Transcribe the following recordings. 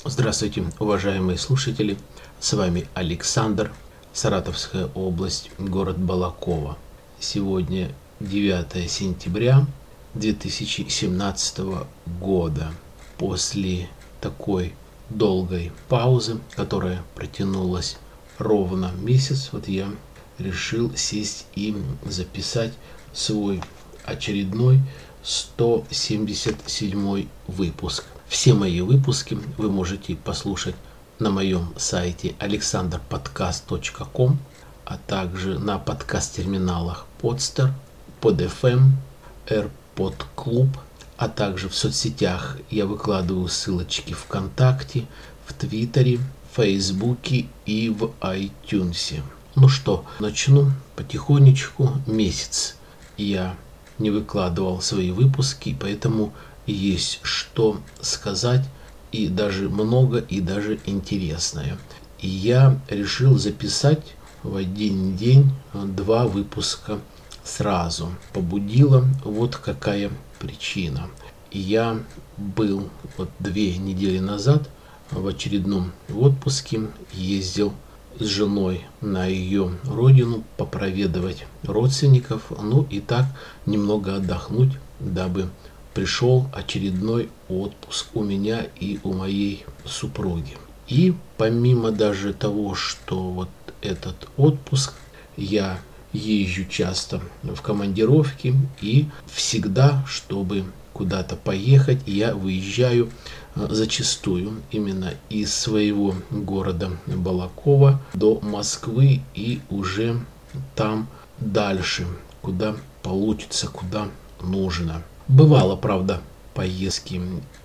Здравствуйте, уважаемые слушатели! С вами Александр, Саратовская область, город Балаково. Сегодня 9 сентября 2017 года. После такой долгой паузы, которая протянулась ровно месяц, я решил сесть и записать свой очередной 177 выпуск. Все мои выпуски вы можете послушать на моем сайте alexanderpodcast.com, а также на подкаст-терминалах Podster, PodFM, AirPod Club, а также в соцсетях я выкладываю ссылочки ВКонтакте, в Твиттере, в Фейсбуке и в iTunes. Ну что, начну потихонечку. Месяц я не выкладывал свои выпуски, поэтому есть что сказать, и даже много, и даже интересное. И я решил записать в один день 2 выпуска сразу. Побудила вот какая причина. Я был 2 недели назад в очередном отпуске, ездил с женой на ее родину попроведывать родственников, и так немного отдохнуть, дабы пришел очередной отпуск у меня и у моей супруги. И помимо даже того, что этот отпуск, я езжу часто в командировки, и всегда, чтобы куда-то поехать, я выезжаю зачастую именно из своего города Балакова до Москвы и уже там дальше, куда получится, куда нужно. Бывало, правда, поездки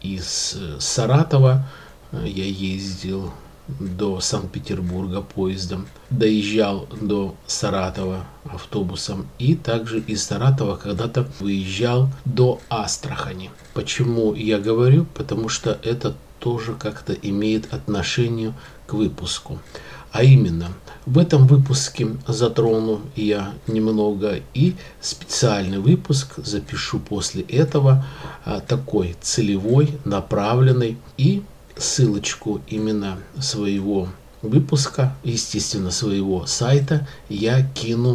из Саратова. Я ездил до Санкт-Петербурга поездом, доезжал до Саратова автобусом, и также из Саратова когда-то выезжал до Астрахани. Почему я говорю? Потому что это тоже как-то имеет отношение к выпуску. А именно, в этом выпуске затрону я немного и специальный выпуск запишу после этого, такой целевой, направленный, и ссылочку именно своего выпуска, естественно, своего сайта, я кину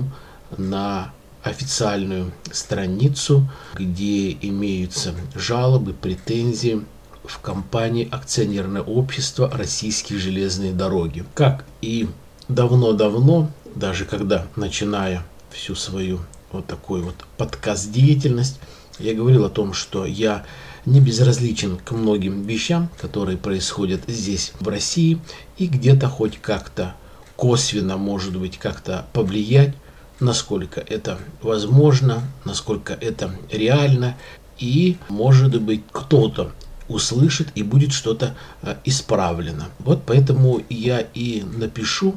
на официальную страницу, где имеются жалобы, претензии в компании акционерное общество «Российские железные дороги». Как и давно-давно, даже когда начиная всю свою такую подкаст-деятельность, я говорил о том, что я не безразличен к многим вещам, которые происходят здесь, в России, и где-то хоть как-то косвенно, может быть, как-то повлиять, насколько это возможно, насколько это реально, и, может быть, кто-то услышит и будет что-то исправлено. Поэтому я и напишу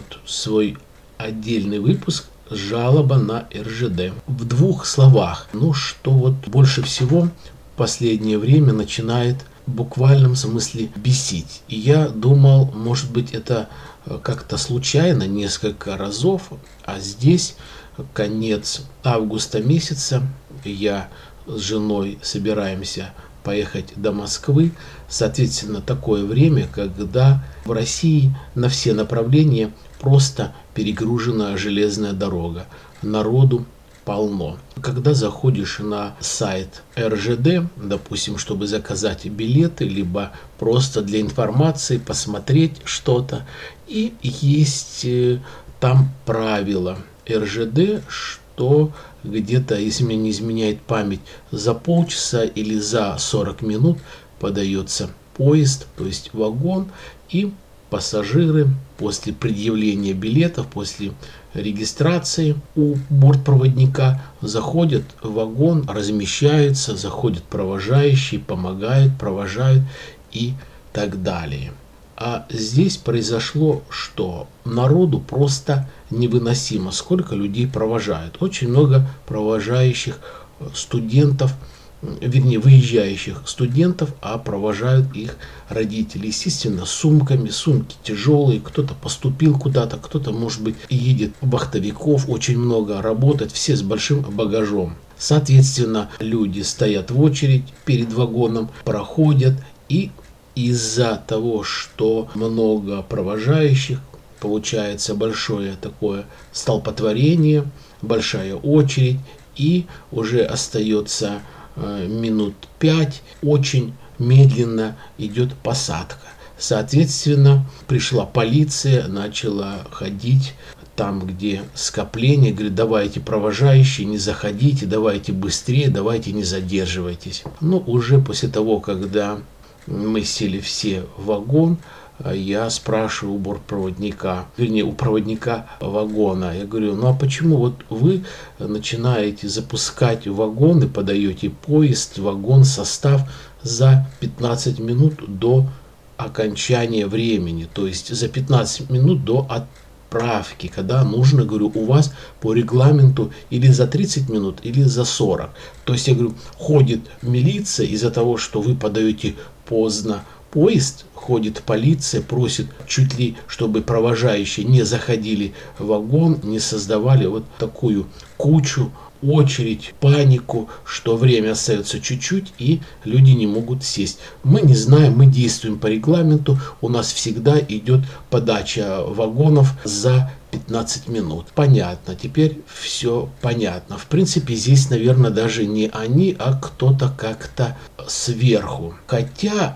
свой отдельный выпуск «Жалоба на РЖД». В 2 словах, что больше всего в последнее время начинает в буквальном смысле бесить. И я думал, может быть, это как-то случайно, несколько разов, а здесь конец августа месяца, я с женой собираемся поехать до Москвы. Соответственно, такое время, когда в России на все направления просто перегружена железная дорога. Народу полно. Когда заходишь на сайт РЖД, допустим, чтобы заказать билеты, либо просто для информации посмотреть что-то, и есть там правила РЖД, что где-то, если мне не изменяет память, за полчаса или за 40 минут подается поезд, то есть вагон, и пассажиры после предъявления билетов, после регистрации у бортпроводника заходят в вагон, размещаются, заходят провожающие, помогают, провожают и так далее. А здесь произошло, что народу просто невыносимо, сколько людей провожают. Очень много провожающих студентов, выезжающих студентов, а провожают их родители. Естественно, с сумками, сумки тяжелые, кто-то поступил куда-то, кто-то, может быть, едет вахтовиков, очень много работает, все с большим багажом. Соответственно, люди стоят в очередь перед вагоном, проходят, и из-за того, что много провожающих, получается большое такое столпотворение, большая очередь, и уже остается минут 5, очень медленно идет посадка. Соответственно, пришла полиция, начала ходить там, где скопление, говорит, давайте, провожающие, не заходите, давайте быстрее, давайте, не задерживайтесь. Но уже после того, когда мы сели все в вагон, я спрашиваю у бортпроводника, вернее, у проводника вагона, я говорю, ну а почему вот вы начинаете запускать вагоны, подаете поезд, вагон, состав за 15 минут до окончания времени, то есть за 15 минут до отправки, когда нужно, говорю, у вас по регламенту или за 30 минут, или за 40. То есть, я говорю, ходит милиция из-за того, что вы подаете поздно поезд, ходит полиция, просит чуть ли, чтобы провожающие не заходили в вагон, не создавали вот такую кучу, очередь, панику, что время остается чуть-чуть и люди не могут сесть. Мы не знаем, мы действуем по регламенту, у нас всегда идет подача вагонов за 15 минут. Понятно, теперь все понятно. В принципе, здесь, наверное, даже не они, а кто-то как-то сверху. Хотя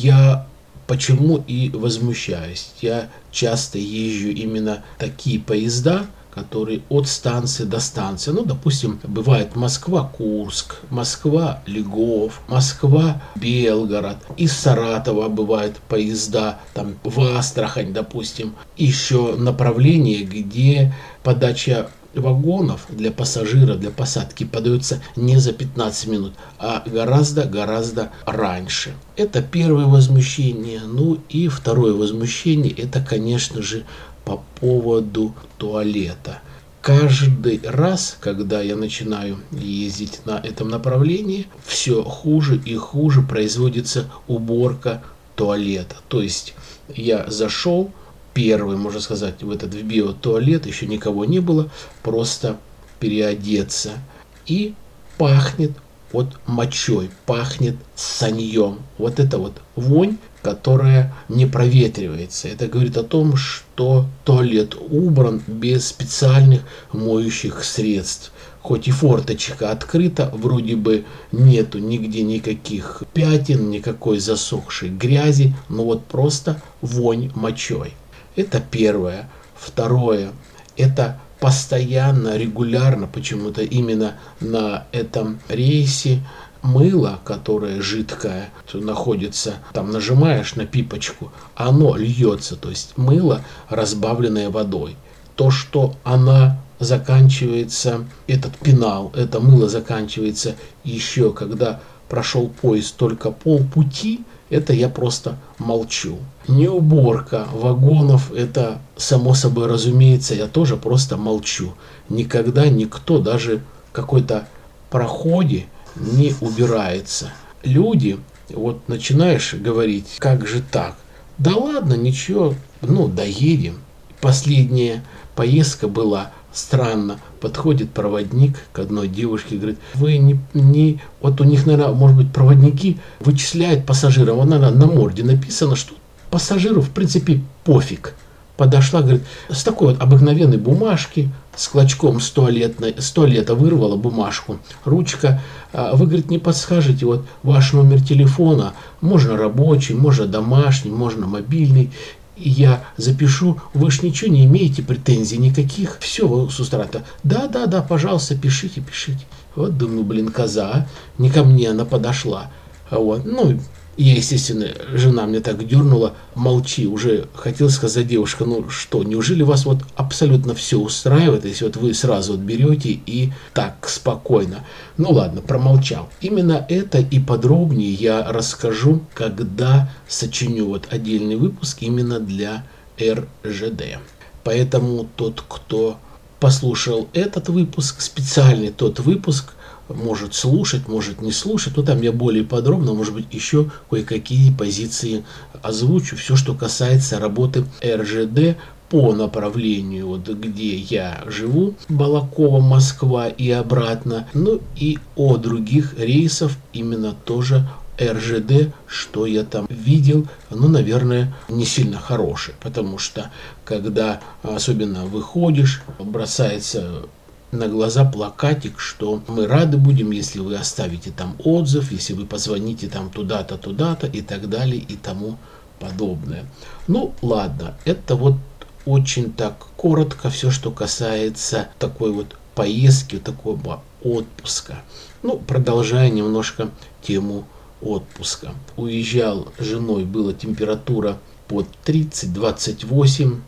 я почему и возмущаюсь. Я часто езжу именно такие поезда, которые от станции до станции. Ну, допустим, бывает Москва-Курск, Москва-Львов, Москва-Белгород. Из Саратова бывают поезда, там, в Астрахань, допустим. Еще направление, где подача вагонов для пассажира, для посадки подается не за 15 минут, а гораздо раньше. Это первое возмущение. Ну и второе возмущение, это, конечно же, по поводу туалета. Каждый раз, когда я начинаю ездить на этом направлении, все хуже и хуже производится уборка туалета. То есть я зашел, первый, можно сказать, в этот биотуалет, еще никого не было, просто переодеться. И пахнет вот мочой, пахнет саньем. Вот это вот вонь, которая не проветривается. Это говорит о том, что туалет убран без специальных моющих средств. Хоть и форточка открыта, вроде бы нету нигде никаких пятен, никакой засохшей грязи, но вот просто вонь мочой. Это первое. Второе, это постоянно, регулярно, почему-то именно на этом рейсе мыло, которое жидкое, находится, там нажимаешь на пипочку, оно льется, то есть мыло, разбавленное водой. То, что она заканчивается, этот пенал, это мыло заканчивается еще, когда прошел поезд только полпути, это я просто молчу. Не уборка вагонов, это само собой разумеется, я тоже просто молчу. Никогда никто даже в какой-то проходе не убирается. Люди, вот начинаешь говорить, как же так? Да ладно, ничего, ну доедем. Последняя поездка была странно. Подходит проводник к одной девушке и говорит, вы не... Вот у них, наверное, может быть, проводники вычисляют пассажиров. Вот, наверное, на морде написано, что пассажиру, в принципе, пофиг. Подошла, говорит, с такой вот обыкновенной бумажки, с клочком с туалета вырвала бумажку, ручка. Вы, говорит, не подскажете, вот ваш номер телефона, можно рабочий, можно домашний, можно мобильный. Я запишу, вы ж ничего не имеете претензий никаких, все с утра-то. Да, пожалуйста, пишите. Вот думаю, блин, коза, не ко мне она подошла. Вот. Ну, я, естественно, жена мне так дернула, молчи, уже хотел сказать, девушка, ну что, неужели вас вот абсолютно все устраивает, если вот вы сразу вот берете и так спокойно. Ну ладно, промолчал. Именно это и подробнее я расскажу, когда сочиню вот отдельный выпуск именно для РЖД. Поэтому тот, кто послушал этот выпуск, специальный тот выпуск, может слушать, может не слушать, но там я более подробно, может быть, еще кое-какие позиции озвучу. Все, что касается работы РЖД по направлению, вот, где я живу, Балаково, Москва и обратно, ну и о других рейсах именно тоже РЖД, что я там видел, ну, наверное, не сильно хорошее, потому что, когда особенно выходишь, бросается на глаза плакатик, что мы рады будем, если вы оставите там отзыв, если вы позвоните там туда-то, туда-то и так далее и тому подобное. Ну, ладно, это вот очень так коротко все, что касается такой вот поездки, такого отпуска. Ну, продолжая немножко тему отпуска. Уезжал с женой, была температура под 30, 28,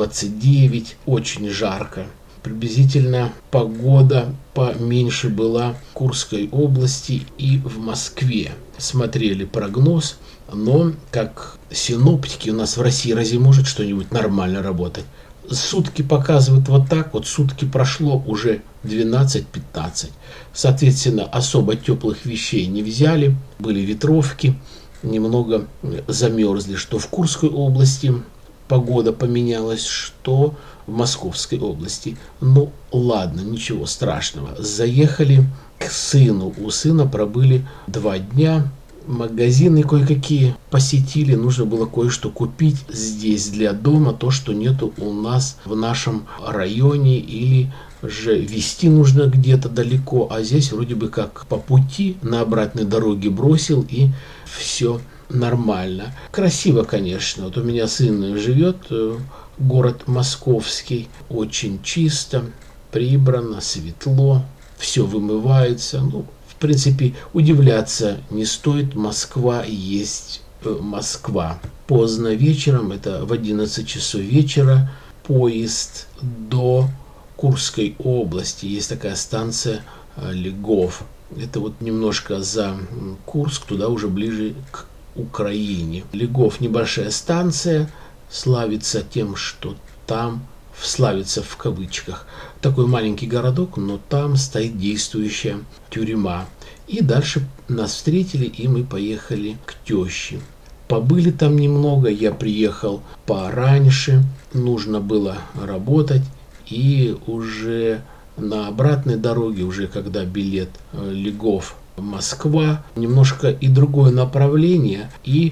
29, очень жарко. Приблизительно погода поменьше была в Курской области и в Москве. Смотрели прогноз, но как синоптики у нас в России разве может что-нибудь нормально работать? Сутки показывают вот так, вот сутки прошло, уже 12-15. Соответственно, особо теплых вещей не взяли, были ветровки, немного замерзли, что в Курской области погода поменялась, что в Московской области. Ну ладно, ничего страшного. Заехали к сыну. У сына пробыли 2 дня. Магазины кое-какие посетили. Нужно было кое-что купить здесь для дома. То, что нету у нас в нашем районе. Или же везти нужно где-то далеко. А здесь вроде бы как по пути на обратной дороге бросил, и все нормально. Красиво, конечно. Вот у меня сын живет, город московский, очень чисто, прибрано, светло, все вымывается. Ну, в принципе, удивляться не стоит. Москва есть Москва. Поздно вечером, это в 11 часов вечера, поезд до Курской области. Есть такая станция Льгов. Это вот немножко за Курск, туда уже ближе к Украине. Льгов небольшая станция, славится тем, что там, славится в кавычках, такой маленький городок, но там стоит действующая тюрьма. И дальше нас встретили, и мы поехали к теще. Побыли там немного, я приехал пораньше, нужно было работать, и уже на обратной дороге, уже когда билет Льгов Москва, немножко и другое направление, и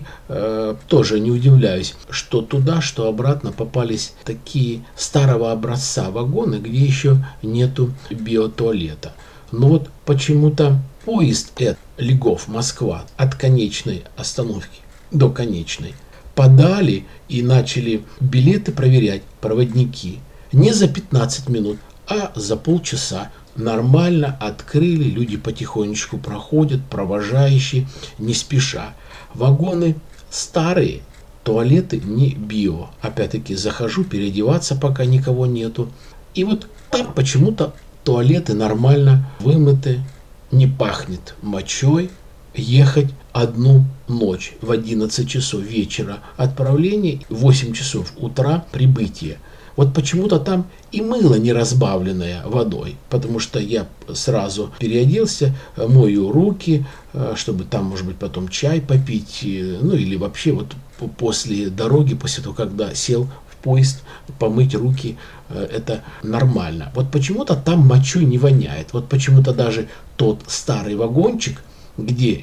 тоже не удивляюсь, что туда, что обратно попались такие старого образца вагоны, где еще нету биотуалета. Но вот почему-то поезд Льгов Москва от конечной остановки до конечной подали и начали билеты проверять проводники не за 15 минут, а за полчаса. Нормально открыли, люди потихонечку проходят, провожающие, не спеша. Вагоны старые, туалеты не био. Опять-таки захожу переодеваться, пока никого нету. И вот там почему-то туалеты нормально вымыты, не пахнет мочой. Ехать одну ночь в 11 часов вечера отправление, 8 часов утра прибытие. Вот почему-то там и мыло не разбавленное водой, потому что я сразу переоделся, мою руки, чтобы там, может быть, потом чай попить, ну или вообще вот после дороги, после того, когда сел в поезд, помыть руки, это нормально. Вот почему-то там мочой не воняет, вот почему-то даже тот старый вагончик, где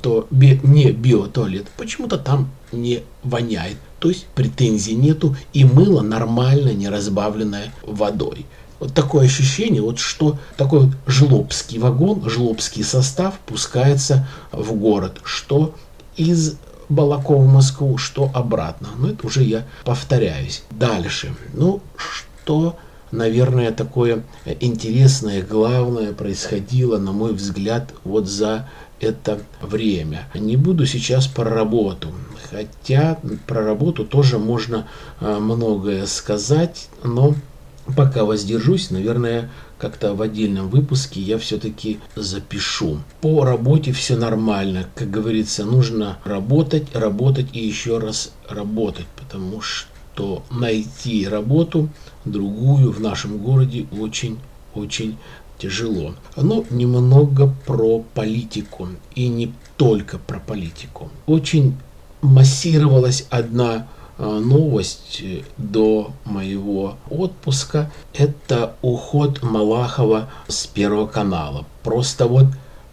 не биотуалет, почему-то там не воняет. То есть претензий нету, и мыло нормально, не разбавленное водой. Вот такое ощущение, вот что такой вот жлобский вагон, жлобский состав пускается в город, что из Балакова в Москву, что обратно. Но это уже я повторяюсь. Дальше. Ну, что, наверное, такое интересное, главное происходило, на мой взгляд, вот за это время. Не буду сейчас про работу, хотя про работу тоже можно многое сказать, но пока воздержусь, наверное, как-то в отдельном выпуске я все-таки запишу. По работе все нормально, как говорится, нужно работать, работать и еще раз работать, потому что найти работу другую в нашем городе очень тяжело. Но немного про политику. И не только про политику. Очень массировалась одна новость до моего отпуска. Это уход Малахова с Первого канала. Просто вот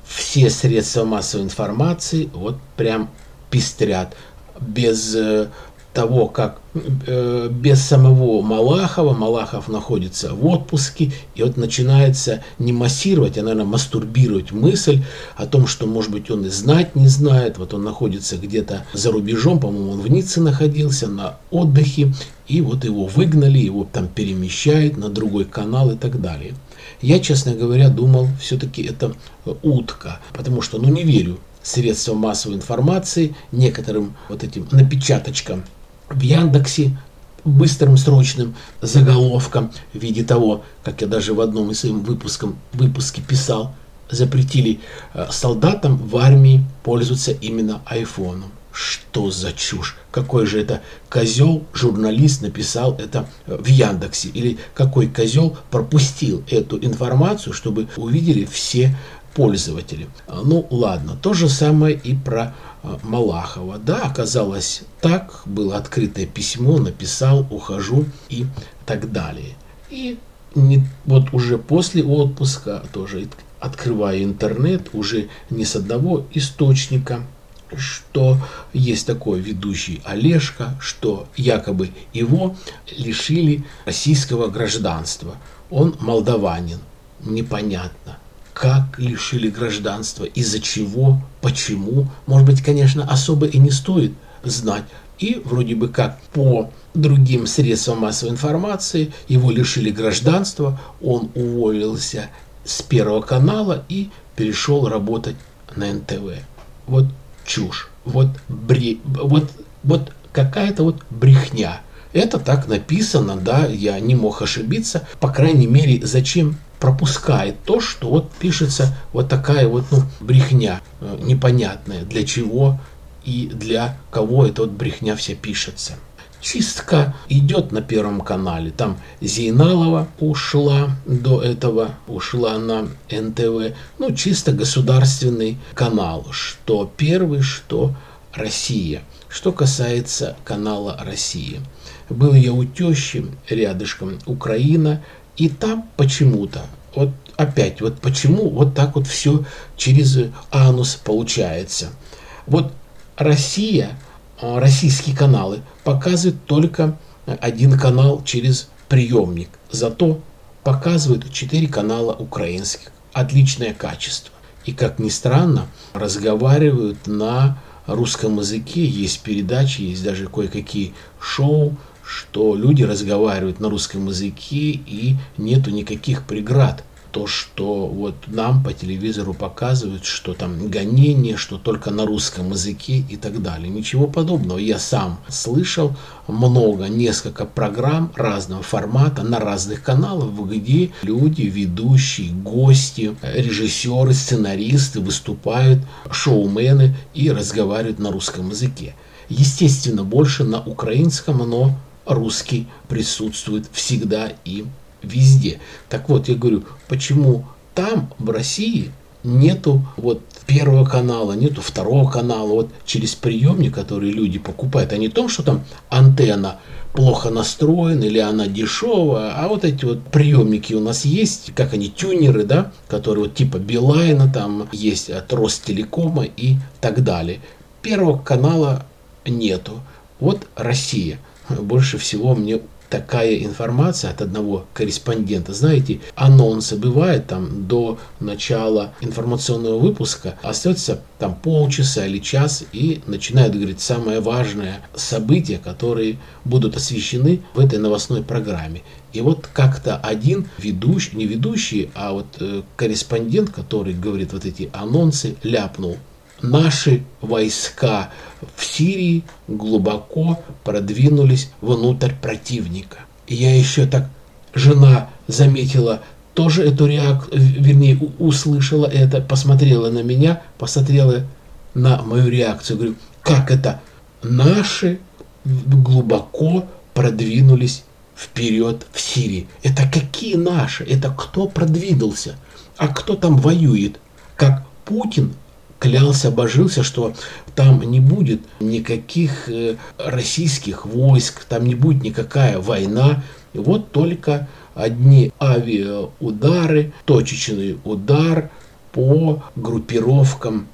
все средства массовой информации вот прям пестрят. Без того, как без самого Малахова, Малахов находится в отпуске, и вот начинается не массировать, а, наверное, мастурбировать мысль о том, что, может быть, он и знать не знает, вот он находится где-то за рубежом, по-моему, он в Ницце находился на отдыхе, и вот его выгнали, его там перемещают на другой канал и так далее. Я, честно говоря, думал, все-таки это утка, потому что, не верю средствам массовой информации, некоторым вот этим напечаточкам в Яндексе, быстрым срочным заголовком в виде того, как я даже в одном из своих выпуске писал, запретили солдатам в армии пользоваться именно айфоном. Что за чушь? Какой же это козел, журналист, написал это в Яндексе? Или какой козел пропустил эту информацию, чтобы увидели все пользователи? Ну ладно, то же самое и про Малахова. Да, оказалось так, было открытое письмо, написал, ухожу и так далее. И вот уже после отпуска, тоже открывая интернет, уже не с одного источника, что есть такой ведущий Олежка, что якобы его лишили российского гражданства. Он молдаванин. Непонятно, как лишили гражданства, из-за чего, почему. Может быть, конечно, особо и не стоит знать. И вроде бы как по другим средствам массовой информации его лишили гражданства, он уволился с Первого канала и перешел работать на НТВ. Вот чушь, вот какая-то вот брехня. Это так написано, да, я не мог ошибиться. По крайней мере, зачем пропускает то, что вот пишется вот такая вот брехня непонятная, для чего и для кого эта вот брехня вся пишется. Чистка идет на Первом канале. Там Зейналова ушла до этого, ушла на НТВ. Чисто государственный канал. Что Первый, что Россия. Что касается канала Россия. Был я у тещи рядышком, Украина. И там почему-то, вот опять, вот почему вот так вот все через анус получается. Вот Россия, российские каналы показывают только один канал через приемник. Зато показывают 4 канала украинских. Отличное качество. И, как ни странно, разговаривают на русском языке. Есть передачи, есть даже кое-какие шоу, что люди разговаривают на русском языке и нету никаких преград. То, что вот нам по телевизору показывают, что там гонение, что только на русском языке и так далее. Ничего подобного. Я сам слышал несколько программ разного формата на разных каналах, где люди, ведущие, гости, режиссеры, сценаристы выступают, шоумены и разговаривают на русском языке. Естественно, больше на украинском, но русский присутствует всегда и везде. Так вот, я говорю, почему там, в России, нету вот Первого канала, нету Второго канала, вот через приемник, который люди покупают, а не то, что там антенна плохо настроена или она дешевая, а вот эти вот приемники у нас есть, как они, тюнеры, да, которые вот типа Билайна, там есть от Ростелекома и так далее. Первого канала нету. Вот Россия. Больше всего мне такая информация от одного корреспондента. Знаете, анонсы бывают там до начала информационного выпуска, остается там полчаса или час, и начинают говорить самое важное события, которые будут освещены в этой новостной программе. И вот как-то один ведущий, не ведущий, а вот корреспондент, который говорит вот эти анонсы, ляпнул: наши войска в Сирии глубоко продвинулись внутрь противника. И я еще так, жена заметила тоже эту реакцию, вернее, услышала это, посмотрела на меня, посмотрела на мою реакцию. Говорю, как это? Наши глубоко продвинулись вперед в Сирии. Это какие наши? Это кто продвинулся? А кто там воюет? Как Путин клялся, божился, что там не будет никаких российских войск, там не будет никакая война. И вот только одни авиаудары, точечный удар по группировкам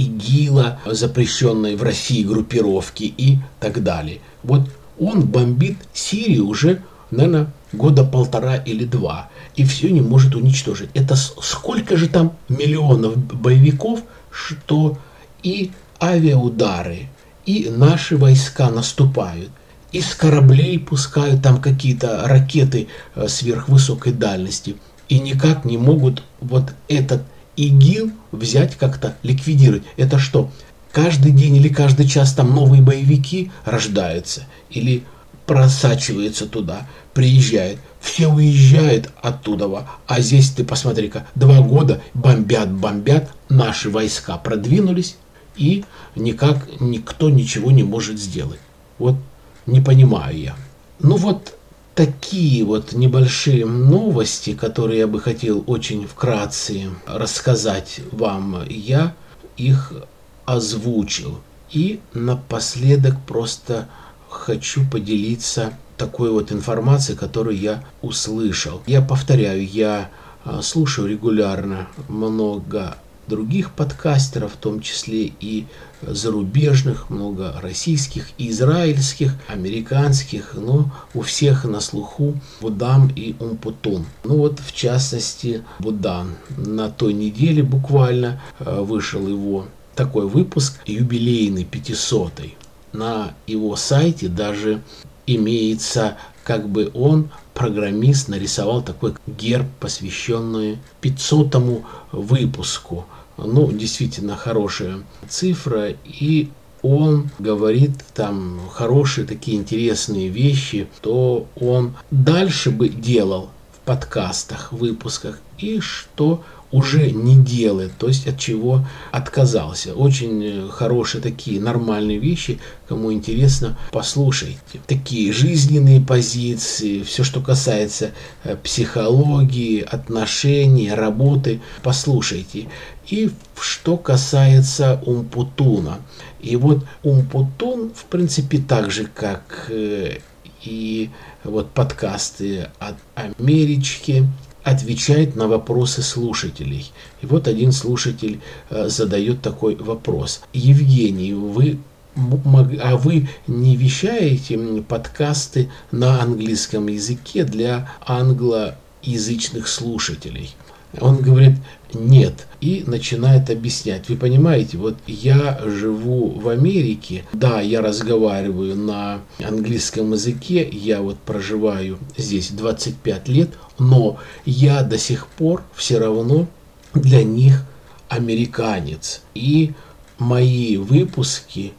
ИГИЛа, запрещенной в России группировки и так далее. Вот он бомбит Сирию уже, наверное, года 1,5 или 2, и все не может уничтожить. Это сколько же там миллионов боевиков, что и авиаудары, и наши войска наступают, из кораблей пускают там какие-то ракеты сверхвысокой дальности, и никак не могут вот этот ИГИЛ взять как-то, ликвидировать. Это что, каждый день или каждый час там новые боевики рождаются или просачиваются туда, приезжают, все уезжают оттуда, а здесь ты посмотри-ка, 2 года бомбят, наши войска продвинулись, и никак никто ничего не может сделать. Вот не понимаю я. Ну вот такие вот небольшие новости, которые я бы хотел очень вкратце рассказать вам, я их озвучил. И напоследок просто хочу поделиться такой вот информацией, которую я услышал. Я повторяю, я слушаю регулярно много других подкастеров, в том числе и зарубежных, много российских, израильских, американских, но у всех на слуху Будан и Умпутун. Ну вот, в частности, Будан. На той неделе буквально вышел его такой выпуск, юбилейный, 500-й. На его сайте даже имеется, как бы он, программист, нарисовал такой герб, посвященный 500-му выпуску. Ну, действительно хорошая цифра, и он говорит там хорошие такие интересные вещи, то он дальше бы делал в подкастах, выпусках, и что уже не делает, то есть от чего отказался. Очень хорошие такие нормальные вещи, кому интересно, послушайте. Такие жизненные позиции, все, что касается психологии, отношений, работы, послушайте. И что касается Умпутуна. И вот Умпутун, в принципе, так же, как и вот подкасты от Амерички, отвечает на вопросы слушателей. И вот один слушатель задает такой вопрос. Евгений, вы не вещаете подкасты на английском языке для англоязычных слушателей? Он говорит, нет, и начинает объяснять. Вы понимаете, вот я живу в Америке, да, я разговариваю на английском языке, я вот проживаю здесь 25 лет, но я до сих пор все равно для них американец. И мои выпуски,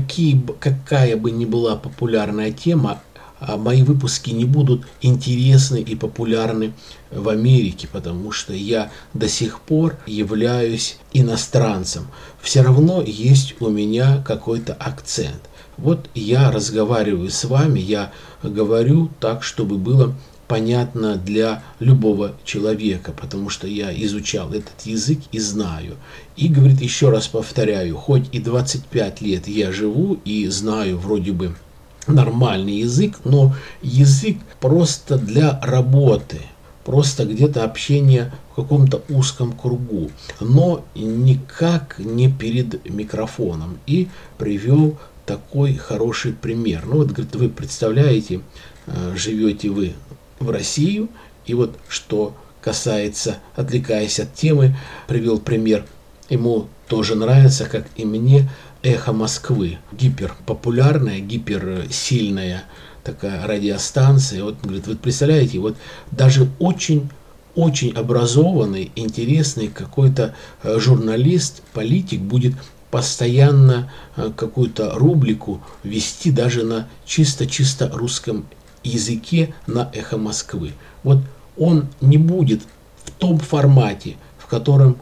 какая бы ни была популярная тема, мои выпуски не будут интересны и популярны в Америке, потому что я до сих пор являюсь иностранцем. Все равно есть у меня какой-то акцент. Вот я разговариваю с вами, я говорю так, чтобы было понятно для любого человека, потому что я изучал этот язык и знаю. И, говорит, еще раз повторяю, хоть и 25 лет я живу и знаю вроде бы нормальный язык, но язык просто для работы, просто где-то общение в каком-то узком кругу, но никак не перед микрофоном. И привел такой хороший пример. Ну вот, говорит, вы представляете, живете вы в Россию, и вот что касается, отвлекаясь от темы, привел пример, ему тоже нравится, как и мне, «Эхо Москвы», гиперпопулярная, гиперсильная такая радиостанция. Вот, говорит, вы представляете, вот даже очень образованный, интересный какой-то журналист, политик будет постоянно какую-то рубрику вести даже на чисто русском языке на «Эхо Москвы». Вот он не будет в том формате, в котором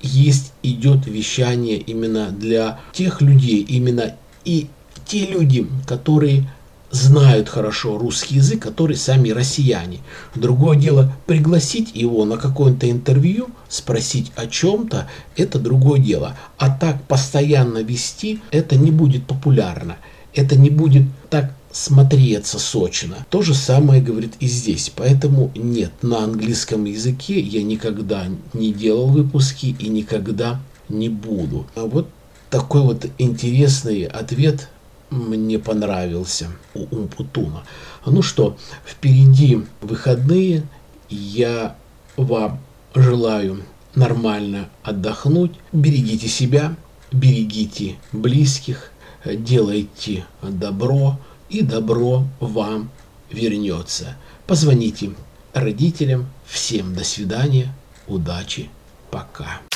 идет вещание именно для тех людей, именно и те люди, которые знают хорошо русский язык, которые сами россияне. Другое дело, пригласить его на какое-то интервью, спросить о чем-то, это другое дело. А так постоянно вести, это не будет популярно. Это не будет так смотреться сочно. То же самое говорит и здесь. Поэтому нет, на английском языке я никогда не делал выпуски и никогда не буду. А вот такой вот интересный ответ мне понравился у Умпутуна. Ну что, впереди выходные. Я вам желаю нормально отдохнуть. Берегите себя, берегите близких, делайте добро, и добро вам вернется. Позвоните родителям. Всем до свидания, удачи, пока.